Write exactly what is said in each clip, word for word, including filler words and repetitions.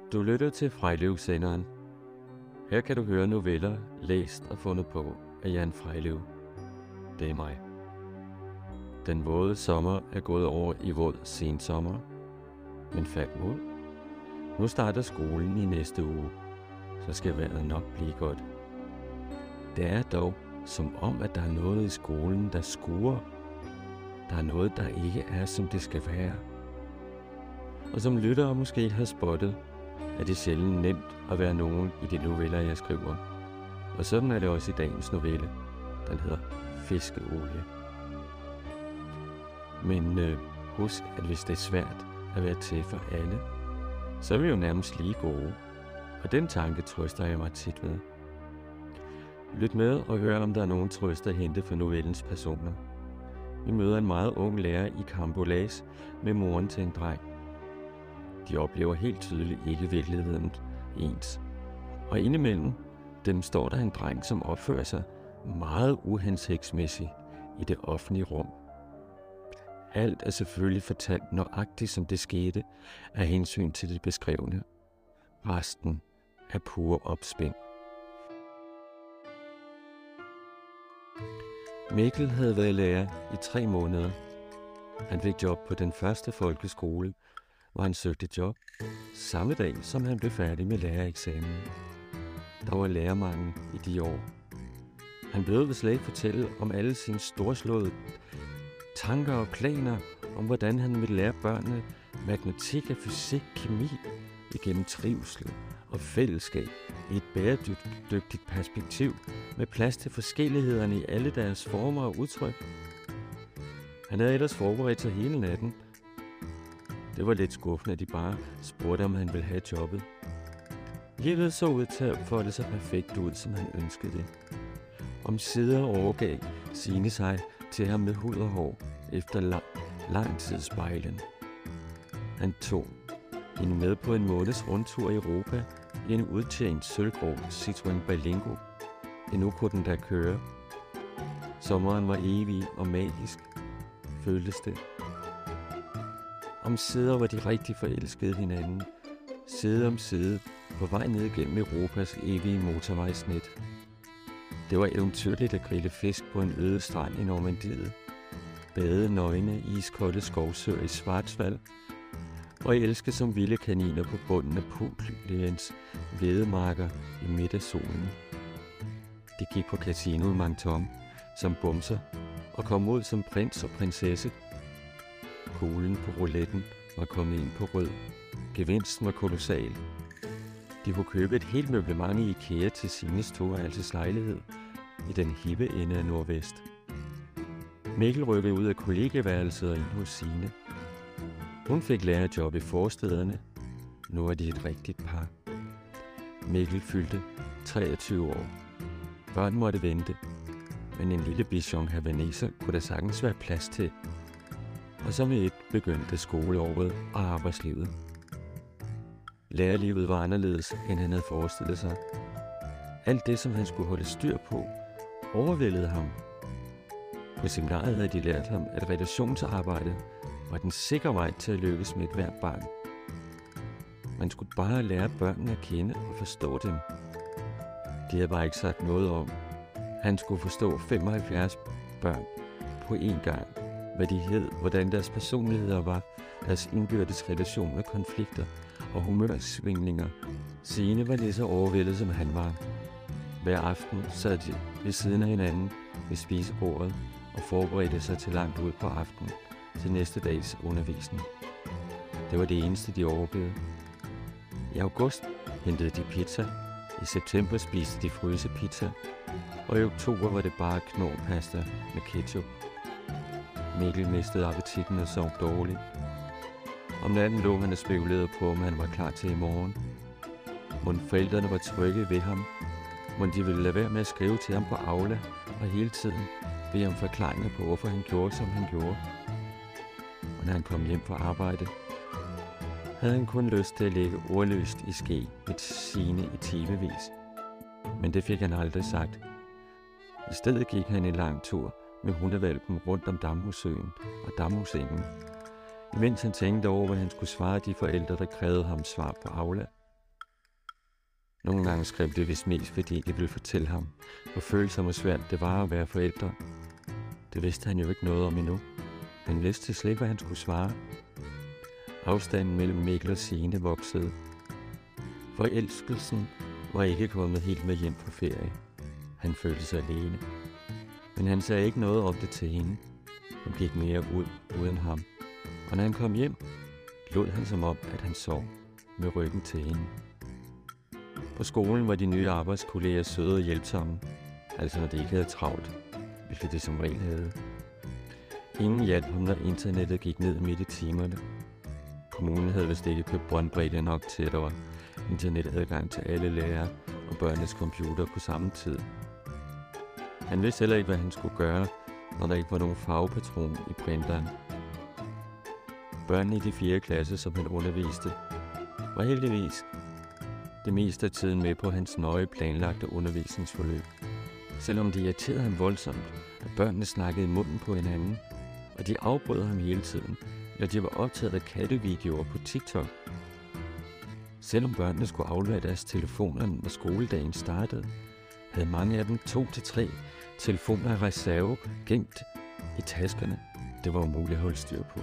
Du lytter til Frejlev-senderen. Her kan du høre noveller, læst og fundet på af Jan Frejlev. Det er mig. Den våde sommer er gået over i våd sensommer, men faldt mod. Nu starter skolen i næste uge, så skal vejret nok blive godt. Det er dog som om, at der er noget i skolen, der skuer. Der er noget, der ikke er, som det skal være. Og som lyttere måske har spottet, er det sjældent nemt at være nogen i de noveller, jeg skriver. Og sådan er det også i dagens novelle. Den hedder Fiskeolie. Men øh, husk, at hvis det er svært at være til for alle, så er vi jo nærmest lige gode. Og den tanke trøster jeg mig tit ved. Lyt med og hør, om der er nogen trøst at hente for novellens personer. Vi møder en meget ung lærer i Cambolage med moren til en dreng. De oplever helt tydeligt ikke virkeligheden ens. Og indimellem dem står der en dreng, som opfører sig meget uhensigtsmæssigt i det offentlige rum. Alt er selvfølgelig fortalt nøjagtigt, som det skete, af hensyn til det beskrevne. Resten er pure opspind. Mikkel havde været lærer i tre måneder. Han fik job på den første folkeskole, hvor han søgte job samme dag, som han blev færdig med lærereksamen. Der var lærermangel i de år. Han behøvede slet ikke fortælle om alle sine storslåede tanker og planer om, hvordan han ville lære børnene matematik og fysik, kemi igennem trivsel og fællesskab i et bæredygtigt perspektiv med plads til forskellighederne i alle deres former og udtryk. Han havde ellers forberedt sig hele natten. Det var lidt skuffende, at de bare spurgte, om han ville have jobbet. Livet så ud til at folde sig perfekt ud, som han ønskede det. Om sider overgav Signe sig til ham med hud og hår efter lang, lang tid spejlen. Han tog hende med på en måneds rundtur i Europa i en udtjent sølvgrå Citroën Berlingo. Endnu kunne den der køre. Sommeren var evig og magisk, føltes det. Om sider var de rigtig forelskede hinanden, side om side, på vej ned gennem Europas evige motorvejsnet. Det var eventyrligt at grille fisk på en øde strand i Normandiet, bade nøgne i iskolde skovsøer i Schwarzwald, og elske som vilde kaniner på bunden af Pugliens hvedemarker i midt af solen. De gik på casino i Menton som bumser og kom ud som prins og prinsesse. Kuglen på rouletten var kommet ind på rød. Gevinsten var kolossal. De kunne købe et helt møblement i IKEA til Signes toværelses lejlighed i den hippe ende af Nordvest. Mikkel rykkede ud af kollegeværelset og ind hos Signe. Hun fik lærerjob i forstederne. Nu er de et rigtigt par. Mikkel fyldte treogtyve år. Børn måtte vente, men en lille bichon havaneser kunne der sagtens være plads til. Og så med et begyndte skoleåret og arbejdslivet. Lærerlivet var anderledes, end han havde forestillet sig. Alt det, som han skulle holde styr på, overvældede ham. På seminariet havde de lært ham, at relationsarbejde var den sikre vej til at lykkes med et hvert barn. Man skulle bare lære børnene at kende og forstå dem. De havde bare ikke sagt noget om. Han skulle forstå femoghalvfjerds børn på én gang. Hvad de hed, hvordan deres personligheder var, deres indbyrdes relationer, konflikter og humørsvingninger. Signe var lige så overvældet, som han var. Hver aften sad de ved siden af hinanden ved spisebordet og forberedte sig til langt ud på aftenen til næste dags undervisning. Det var det eneste, de overvejede. I august hentede de pizza, i september spiste de frysepizza, og i oktober var det bare knorpasta med ketchup. Mikkel mistede appetitten og sov dårligt. Om natten lå han og spekulerede på, om han var klar til i morgen. Mon forældrene var trygge ved ham. Mon de ville lade være med at skrive til ham på Aula og hele tiden bede om forklaringer på, hvorfor han gjorde, som han gjorde. Og når han kom hjem fra arbejde, havde han kun lyst til at lægge ordløst i ske med Signe i timevis. Men det fik han aldrig sagt. I stedet gik han en lang tur med hundevalpen rundt om Damhussøen og Damhusengen, imens han tænkte over, hvad han skulle svare de forældre, der krævede ham svar på Aula. Nogle gange skrev det vist mest, fordi de ville fortælle ham, hvor følsomt og svært det var at være forældre. Det vidste han jo ikke noget om endnu. Han vidste slet ikke, hvad han skulle svare. Afstanden mellem Mikkel og Signe voksede. Forelskelsen var ikke kommet helt med hjem fra ferie. Han følte sig alene. Men han sagde ikke noget om det til hende. Hun gik mere ud uden ham. Og når han kom hjem, lod han som om, at han sov med ryggen til hende. På skolen var de nye arbejdskolleger søde og hjælpsomme, altså når de ikke havde travlt, hvilket det som regel havde. Ingen hjalp ham, når internettet gik ned midt i timerne. Kommunen havde vist ikke købt båndbredde nok til, at der var internetadgang til alle lærere og børnenes computer på samme tid. Han vidste heller ikke, hvad han skulle gøre, når der ikke var nogen farvepatron i printeren. Børnene i de fjerde klasse, som han underviste, var heldigvis det meste af tiden med på hans nøje planlagte undervisningsforløb. Selvom det irriterede ham voldsomt, at børnene snakkede i munden på hinanden, og de afbrød ham hele tiden, når de var optaget af kattevideoer på TikTok. Selvom børnene skulle aflevere deres telefoner, når skoledagen startede, havde mange af dem to til tre telefoner i reserve gemt i taskerne. Det var umuligt at holde styr på.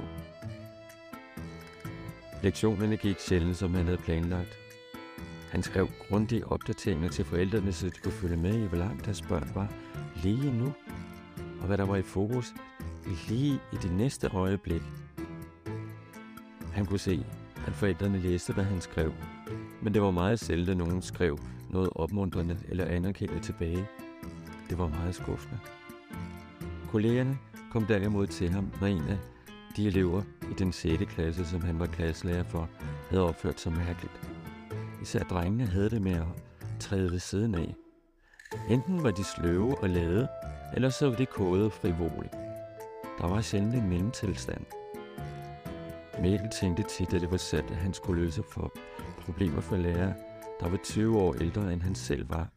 Lektionerne gik sjældent, som han havde planlagt. Han skrev grundige opdateringer til forældrene, så de kunne følge med i, hvor langt deres børn var lige nu, og hvad der var i fokus lige i det næste øjeblik. Han kunne se, at forældrene læste, hvad han skrev, men det var meget sjældent, at nogen skrev noget opmuntrende eller anerkendende tilbage. Det var meget skuffende. Kollegerne kom derimod til ham, når en af de elever i den sjette klasse, som han var klasselærer for, havde opført sig mærkeligt. Især drengene havde det med at træde ved siden af. Enten var de sløve og lade, eller så var de kode frivilligt. Der var sjældent en mellemtilstand. Mikkel tænkte tit, at det var sandt, at han skulle løse for problemer for lærere, der var tyve år ældre, end han selv var.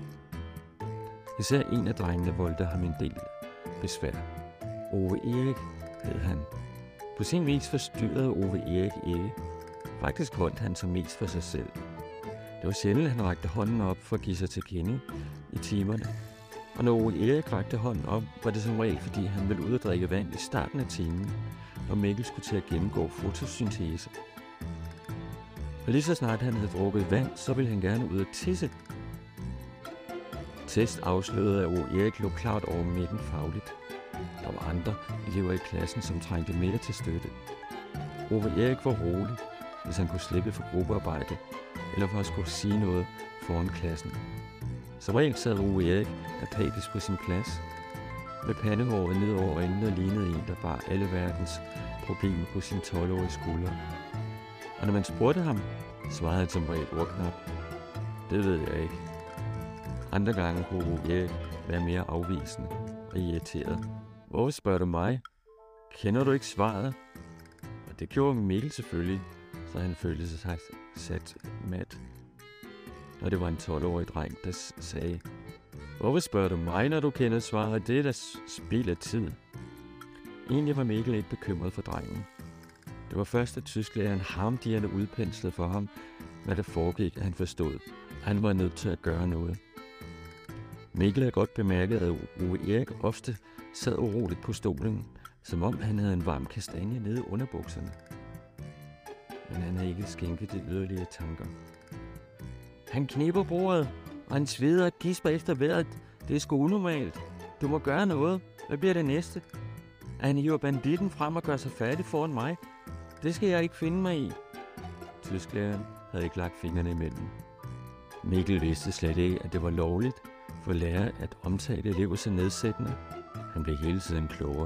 Især en af drengene voldte ham en del besvær. Ove Erik hed han. På sin vis forstyrrede Ove Erik ikke. Faktisk holdt han sig mest for sig selv. Det var sjældent, at han rakte hånden op for at give sig til kende i timerne. Og når Ove Erik rakte hånden op, var det som regel, fordi han ville ud og drikke vand i starten af timen, og Mikkel skulle til at gennemgå fotosyntese. Og lige så snart han havde drukket vand, så ville han gerne ud og tisse. Test afslørede, at Ove Erik lå klart over midten fagligt. Der var andre elever i klassen, som trængte mere til støtte. Ove Erik var rolig, hvis han kunne slippe for gruppearbejde, eller for at skulle sige noget foran klassen. Som regel sad Ove Erik apatisk på sin plads, med pandehåret ned over øjnene og lignede en, der bar alle verdens problemer på sin tolv-årige skuldre. Og når man spurgte ham, svarede han som regel ordknap. Det ved jeg ikke. Andre gange kunne Ove Erik være mere afvisende og irriteret. Hvorfor spørger du mig? Kender du ikke svaret? Og det gjorde Mikkel selvfølgelig, så han følte sig sat mat. Når det var en tolv-årig dreng, der sagde, hvorfor spørger du mig, når du kender svaret? Det er da spild af tid. Egentlig var Mikkel ikke bekymret for drengen. Det var først, at tysklæreren harmdirrende udpenslede for ham, hvad der foregik, at han forstod, at han var nødt til at gøre noget. Mikkel havde godt bemærket, at Ove Erik ofte sad uroligt på stolen, som om han havde en varm kastanje nede i underbukserne. Men han havde ikke skænket de yderligere tanker. Han knipper bordet, og han sveder og gisper efter vejret. Det er sgu unormalt. Du må gøre noget. Hvad bliver det næste? At han hiver banditten frem og gør sig færdig foran mig. Det skal jeg ikke finde mig i. Tysklæreren havde ikke lagt fingrene imellem. Mikkel vidste slet ikke, at det var lovligt for lærer at omtale elever så nedsættende. Han blev hele tiden klogere.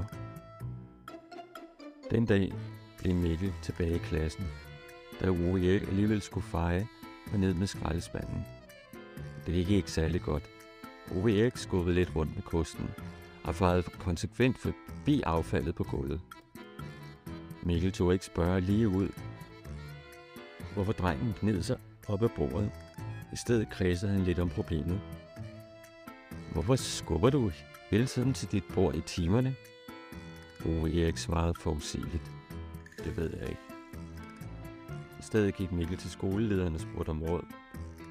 Den dag blev Mikkel tilbage i klassen, da Ove Erik alligevel skulle feje og ned med skraldespanden. Det gik ikke særlig godt. Ove Erik skubbede lidt rundt med kosten og fejede konsekvent forbi affaldet på gulvet. Mikkel tog ikke spørge lige ud, hvorfor drengen gned sig op ad bordet. I stedet kredsede han lidt om problemet. Hvorfor skubber du hele tiden til dit bord i timerne? Ove Erik svarede forudsigeligt. Det ved jeg ikke. I stedet gik Mikkel til skolelederen og spurgte om råd.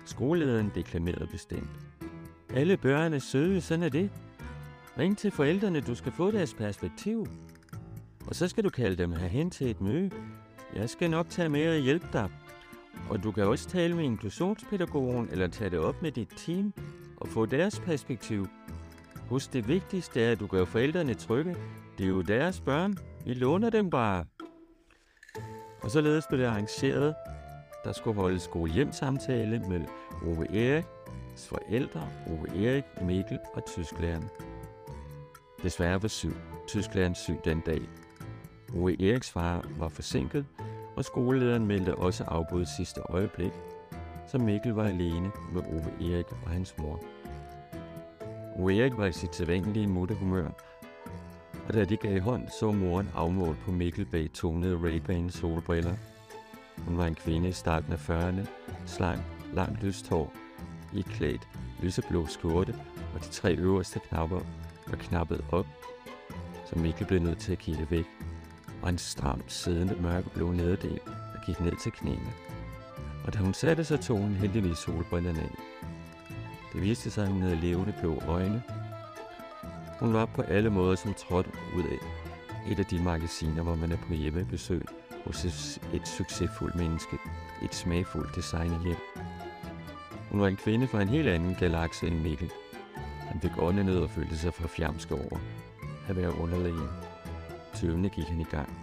Skolelederen deklamerede bestemt. Alle børn er søde, sådan er det. Ring til forældrene, du skal få deres perspektiv. Og så skal du kalde dem herhen til et møde. Jeg skal nok tage med og hjælpe dig. Og du kan også tale med inklusionspædagogen eller tage det op med dit team og få deres perspektiv. Husk, det vigtigste er, at du gør forældrene trygge. Det er jo deres børn. Vi låner dem bare. Og således blev det arrangeret. Der skulle holdes skole-hjem-samtale med Ove Eriks forældre, Ove Erik, Mikkel og tysklæreren. Desværre var syg. Tysklæreren syg den dag. Ove Eriks far var forsinket, og skolelederen meldte også afbud sidste øjeblik, så Mikkel var alene med Ove Erik og hans mor. Ove Erik var i sit sædvanlige mutterhumør, og da de gav hånd, så moren afmålt på Mikkel bag tonede Ray-Ban solbriller. Hun var en kvinde i starten af fyrrerne, slank, langt lyst hår, iklædt lyseblå skjorte, og de tre øverste knapper var knappet op, så Mikkel blev nødt til at kigge væk, og en stramt siddende mørkeblå nederdel, der gik ned til knæene. Og da hun satte sig, tog hun heldigvis solbrillerne af. Det viste sig, at hun havde levende blå øjne. Hun var på alle måder som trådt ud af et af de magasiner, hvor man er på hjemmebesøg hos et succesfuldt menneske, et smagfuldt designerhjem. Hun var en kvinde fra en helt anden galakse end Mikkel. Han fik åndenød og følte sig for fjamske over at være underlegen. Tøvende gik han i gang.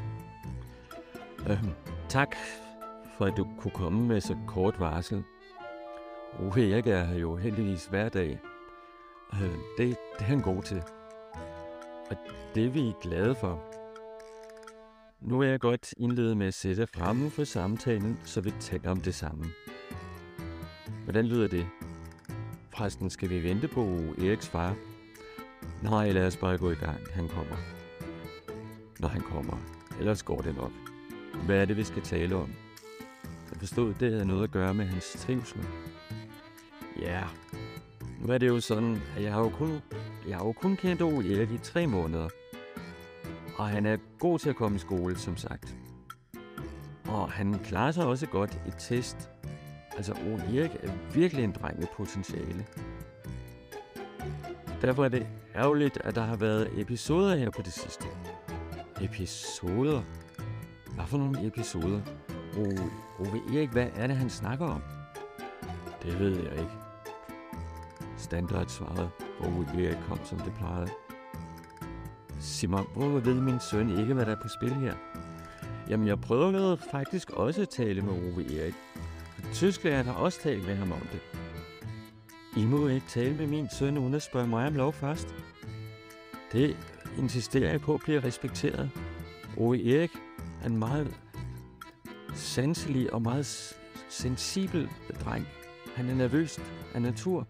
Øhm, tak for, at du kunne komme med så kort varsel. Ove Erik er her jo heldigvis hver dag. Øh, det, det er han god til. Og det er vi glade for. Nu er jeg godt indledet med at sætte fremme for samtalen, så vi taler om det samme. Hvordan lyder det? Forresten, skal vi vente på Eriks far? Nej, lad os bare gå i gang. Han kommer. Når han kommer. Ellers går det nok. Hvad er det, vi skal tale om? Jeg forstod, det havde noget at gøre med hans trivsel. Ja, nu er det jo sådan, at jeg har jo kun, jeg har jo kun kendt Ove Erik i tre måneder. Og han er god til at komme i skole, som sagt. Og han klarer sig også godt i test. Altså, Ove Erik er virkelig en dreng med potentiale. Derfor er det ærgerligt, at der har været episoder her på det sidste. Episoder? Hvad for nogle episoder? Ove, Ove Erik, hvad er det, han snakker om? Det ved jeg ikke. Standardsvaret, hvor Ove Erik kom, som det plejede. Sig mig, hvor ved min søn ikke, hvad der er på spil her? Jamen, jeg prøvede faktisk også at tale med Ove Erik. Tysklæreren har også talt med ham om det. I må ikke tale med min søn, uden at spørge mig om lov først. Det insisterer jeg på bliver respekteret. Ove Erik er en meget sanselig og meget sensibel dreng. Han er nervøs af natur.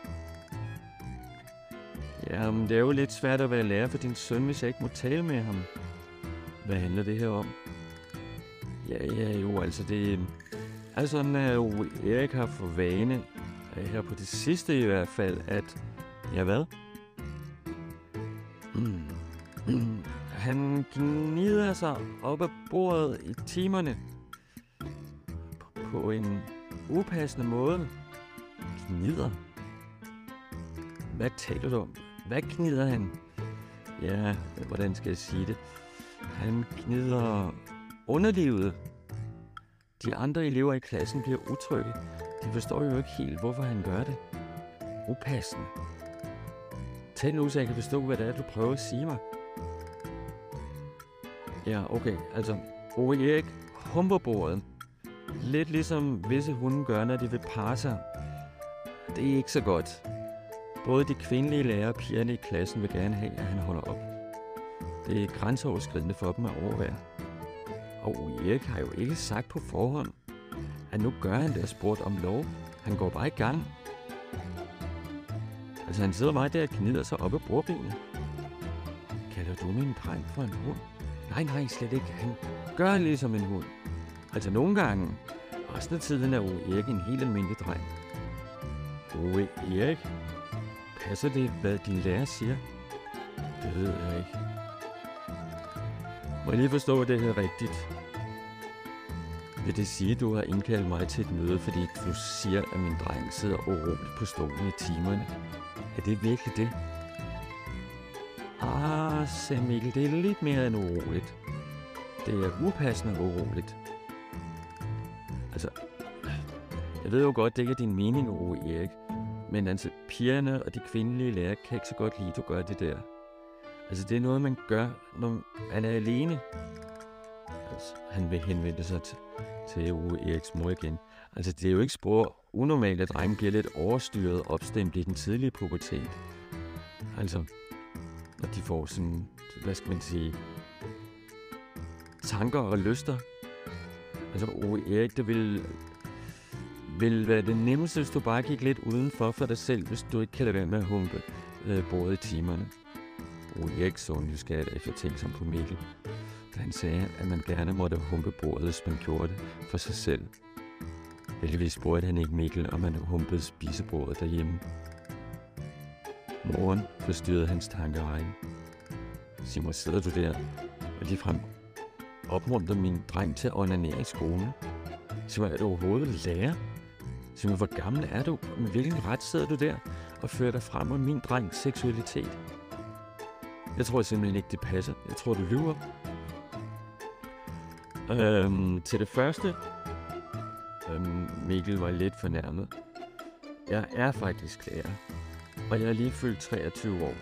Ja, men det er jo lidt svært at være lærer for din søn, hvis jeg ikke må tale med ham. Hvad handler det her om? Ja, ja, jo, altså det er sådan, at Ove Erik har for vane, her på det sidste i hvert fald, at... Ja, hvad? Mm. Mm. Han gnider sig op ad bordet i timerne på en upassende måde. Gnider? Hvad taler du om? Hvad gnider han? Ja, hvordan skal jeg sige det? Han gnider underlivet. De andre elever i klassen bliver utrygge. De forstår jo ikke helt, hvorfor han gør det. Upassende. Tag nu, så jeg kan forstå, hvad det er, du prøver at sige mig. Ja, okay. Altså, Ove Erik humper bordet. Lidt ligesom visse hunde gør, når de vil parre sig. Det er ikke så godt. Både de kvindelige lærere og pigerne i klassen vil gerne have, at han holder op. Det er grænseoverskridende for dem at overvære. Og Ove Erik har jo ikke sagt på forhånd, at nu gør han det og spurgt om lov. Han går bare i gang. Altså, han sidder meget der og gnider sig op ad bordbenet. Kalder du min dreng for en hund? Nej, nej, slet ikke. Han gør ligesom en hund. Altså, nogle gange, resten af tiden er Ove Erik en helt almindelig dreng. Ove Erik? Passer det, hvad din lærer siger? Det ved jeg ikke. Må jeg lige forstå, at det er rigtigt? Vil det sige, at du har indkaldt mig til et møde, fordi du siger, at min dreng sidder uroligt på stolen i timerne? Er det virkelig det? Ah, sagde Mikkel, det er lidt mere end uroligt. Det er upassende uroligt. Altså, jeg ved jo godt, det ikke er din mening, Ove Erik. Men altså, pigerne og de kvindelige lærer kan ikke så godt lide, at du gør det der. Altså, det er noget, man gør, når man er alene. Altså, han vil henvende sig til, til Ove Eriks mor igen. Altså, det er jo ikke spor unormalt, at drenge bliver lidt overstyret og opstemt i den tidlige pubertet. Altså, når de får sådan, hvad skal man sige, tanker og lyster. Altså, Ove Erik, det vil, vil være det nemmeste, hvis du bare gik lidt udenfor for dig selv, hvis du ikke kan lade være med at humpe øh, bordet i timerne. Ove Erik så nysgerrigt efter ting som på Mikkel, da han sagde, at man gerne måtte humpe bordet, hvis man gjorde det for sig selv. Heldigvis spurgte han ikke Mikkel, om han humpede spisebordet derhjemme. Moren forstyrrede hans tankerække. Simon, sidder du der og ligefrem opmuntrer min dreng til at onanere i skolen? Simon, er du overhovedet lærer? Simon, hvor gammel er du? Med hvilken ret sidder du der og fører dig frem om min drengs seksualitet? Jeg tror simpelthen ikke, det passer. Jeg tror, du lyver. Øhm, til det første, øhm, Mikkel var lidt fornærmet. Jeg er faktisk lærer, og jeg er lige fyldt treogtyve år.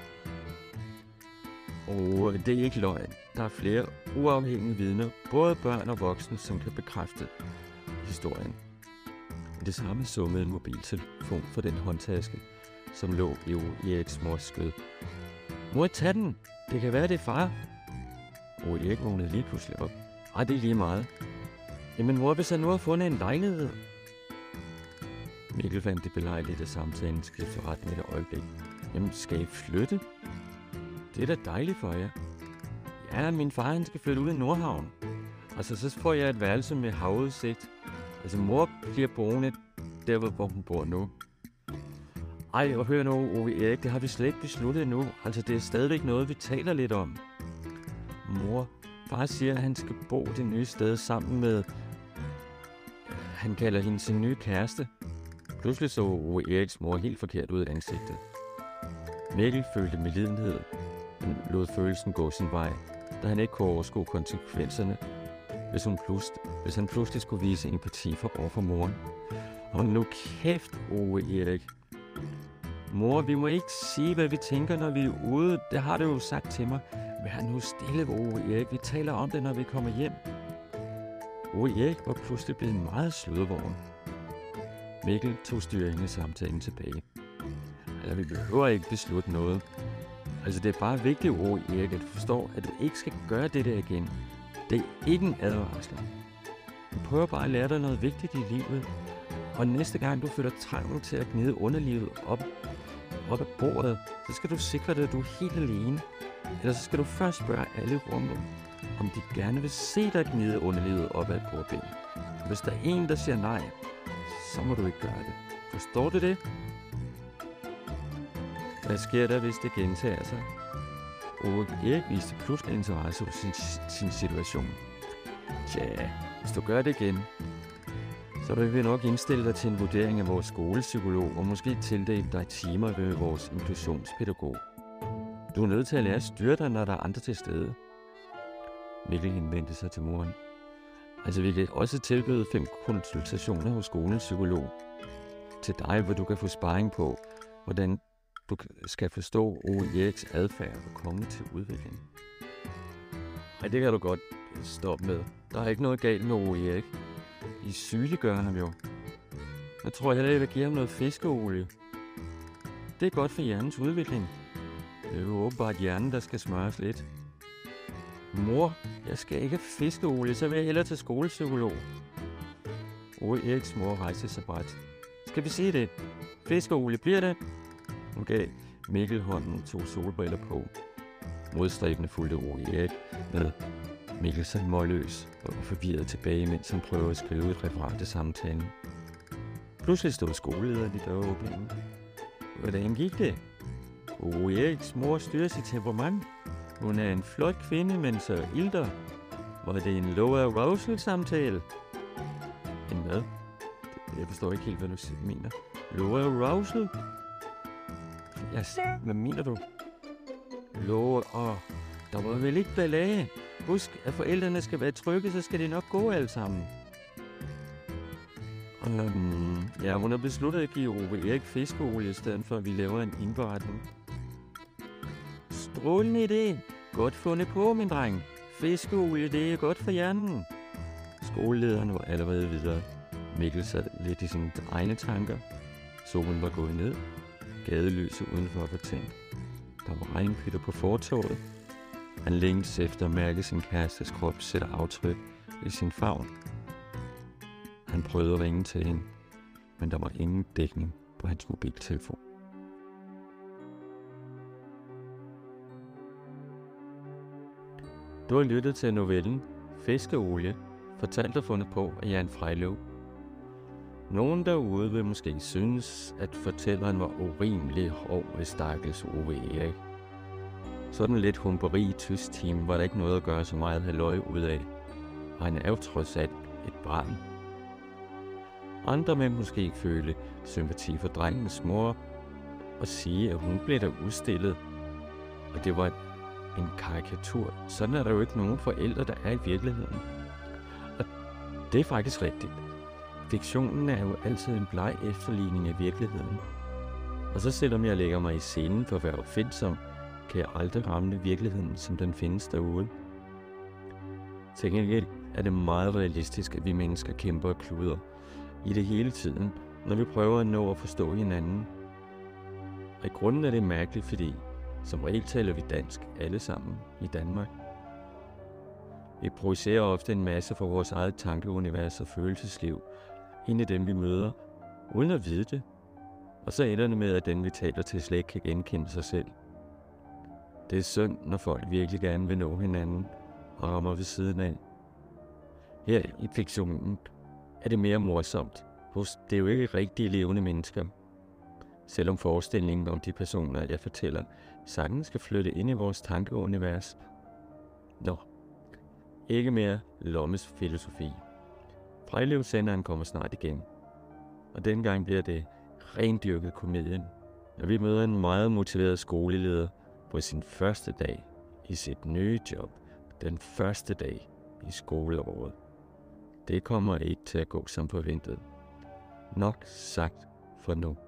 Og det er ikke løgn. Der er flere uafhængige vidner, både børn og voksne, som kan bekræfte historien. Det samme summede en mobiltelefon for den håndtaske, som lå i Eriks mors skød. Mor, tag den! Det kan være, det er far. Og Erik vågnede lige pludselig op. Ej, det er lige meget. Jamen mor, hvis jeg nu har fundet en lejlighed. Mikkel fandt det belejligt, at samtalen skiftede retning et øjeblik. Jamen, skal I flytte? Det er da dejligt for jer. Ja, min far han skal flytte ud i Nordhavn. Altså, så får jeg et værelse med havudsigt. Altså, mor bliver boende der, hvor hun bor nu. Ej, og hør nu, Ove Erik, det har vi slet ikke besluttet endnu. Altså, det er stadigvæk noget, vi taler lidt om. Mor, far siger, at han skal bo det nye sted sammen med... Han kalder hende sin nye kæreste. Pludselig så Ove Eriks mor helt forkert ud i ansigtet. Mikkel følte medlidenhed, men lod følelsen gå sin vej, da han ikke kunne overskue konsekvenserne, hvis, hun pludst, hvis han pludselig skulle vise empati for overfor moren. Og nu kæft, Ove Erik. Mor, vi må ikke sige, hvad vi tænker, når vi er ude. Det har du jo sagt til mig. Vær nu stille, Ove Erik. Vi taler om det, når vi kommer hjem. Ove Erik var pludselig blevet meget slødvågen. Mikkel tog styringen af samtalen tilbage. Altså, vi behøver ikke beslutte noget. Altså, det er bare vigtigt, Ove Erik, at du forstår, at du ikke skal gøre det der igen. Det er ikke en advarsel. Du prøver bare at lære dig noget vigtigt i livet. Og næste gang du føler trangen til at gnide underlivet op, op ad bordet, så skal du sikre dig, at du er helt alene. Eller så skal du først spørge alle i rummet, om de gerne vil se dig gnide underlivet op ad et bordben. Hvis der er en, der siger nej, så må du ikke gøre det. Forstår du det? Hvad sker der, hvis det gentager sig? Ove Erik viste pludselig interesse hos sin, sin situation. Tja, hvis du gør det igen, så vil vi nok indstille dig til en vurdering af vores skolepsykolog, og måske tildele dig timer ved vores inklusionspædagog. Du er nødt til at lære at styre dig, når der er andre til stede. Mikkel henvendte sig til moren. Altså, vi kan også tilbyde fem konsultationer hos skolens psykolog. Til dig, hvor du kan få sparring på, hvordan du skal forstå Ove Eriks adfærd og komme til udvikling. Ej, det kan du godt stoppe med. Der er ikke noget galt med Ove Erik. I sygeliggør ham jo. Jeg tror heller, jeg vil give ham noget fiskeolie. Det er godt for hjernens udvikling. Det er jo åbenbart hjernen, der skal smøres lidt. Mor, jeg skal ikke have fiskeolie, så vil jeg hellere til skolepsykolog. Ove Eriks mor rejste sig bræt. Skal vi sige det? Fiskeolie bliver det? Hun gav Mikkel hånden to solbriller på. Modstræbende fulgte Ove Erik med. Mikkel sad målløs og forvirret tilbage, mens han prøvede at skrive et referat af samtalen. Pludselig stod skolelederen i døråbningen. Hvordan gik det? Ove Eriks mor styrer sit temperament. Hun er en flot kvinde, men så ilter. Var det en low arousal samtale? En hvad? Jeg forstår ikke helt, hvad du mener. Lower arousal? Yes, hvad mener du? Lower... Åh, der var vel ikke ballade. Husk, at forældrene skal være trygge, så skal det nok gå alle sammen. Um, ja, hun har besluttet at give Ove Erik fiskeolie, i stedet for at vi laver en indberetning. Strålende idé. Godt fundet på, min dreng. Fiskeolie, det er godt for hjernen. Skolelederen var allerede videre. Mikkel sad lidt i sine egne tanker. Solen var gået ned. Gadelyset udenfor var tændt. Der var regnpytter på fortovet. Han længtes efter at mærke sin kærestes krop sætte aftryk i sin favn. Han prøvede at ringe til hende, men der var ingen dækning på hans mobiltelefon. Du har lyttet til novellen Fiskeolie, fortalt og fundet på af Jan Frejlev. Nogen derude vil måske synes, at fortælleren var urimelig hård ved stakkels Ove Erik. Sådan lidt humperi i tysk team var der ikke noget at gøre så meget halløj ud af, og han er jo trods alt et barn. Andre vil måske føle sympati for drengens mor og sige, at hun blev der udstillet, og det var en karikatur. Sådan er der jo ikke nogen forældre, der er i virkeligheden. Og det er faktisk rigtigt. Fiktionen er jo altid en bleg efterligning af virkeligheden. Og så selvom jeg lægger mig i scenen for at være opfindsom, kan jeg aldrig ramme virkeligheden, som den findes derude. Til gengæld er det meget realistisk, at vi mennesker kæmper og kluder i det hele tiden, når vi prøver at nå at forstå hinanden. Og i grunden er det mærkeligt, fordi som regel taler vi dansk alle sammen i Danmark. Vi projicerer ofte en masse fra vores eget tankeunivers og følelsesliv ind i dem, vi møder, uden at vide det. Og så ender det med, at den, vi taler til, slet ikke kan genkende sig selv. Det er synd, når folk virkelig gerne vil nå hinanden og rammer ved siden af. Her i fiktionen er det mere morsomt. Det er jo ikke rigtige levende mennesker. Selvom forestillingen om de personer, jeg fortæller, sagtens skal flytte ind i vores tankeunivers. Nå, ikke mere Lommes filosofi. Frejlev-senderen kommer snart igen. Og dengang bliver det rendyrket komedien, når vi møder en meget motiveret skoleleder på sin første dag i sit nye job. Den første dag i skoleåret. Det kommer ikke til at gå som forventet. Nok sagt for nu.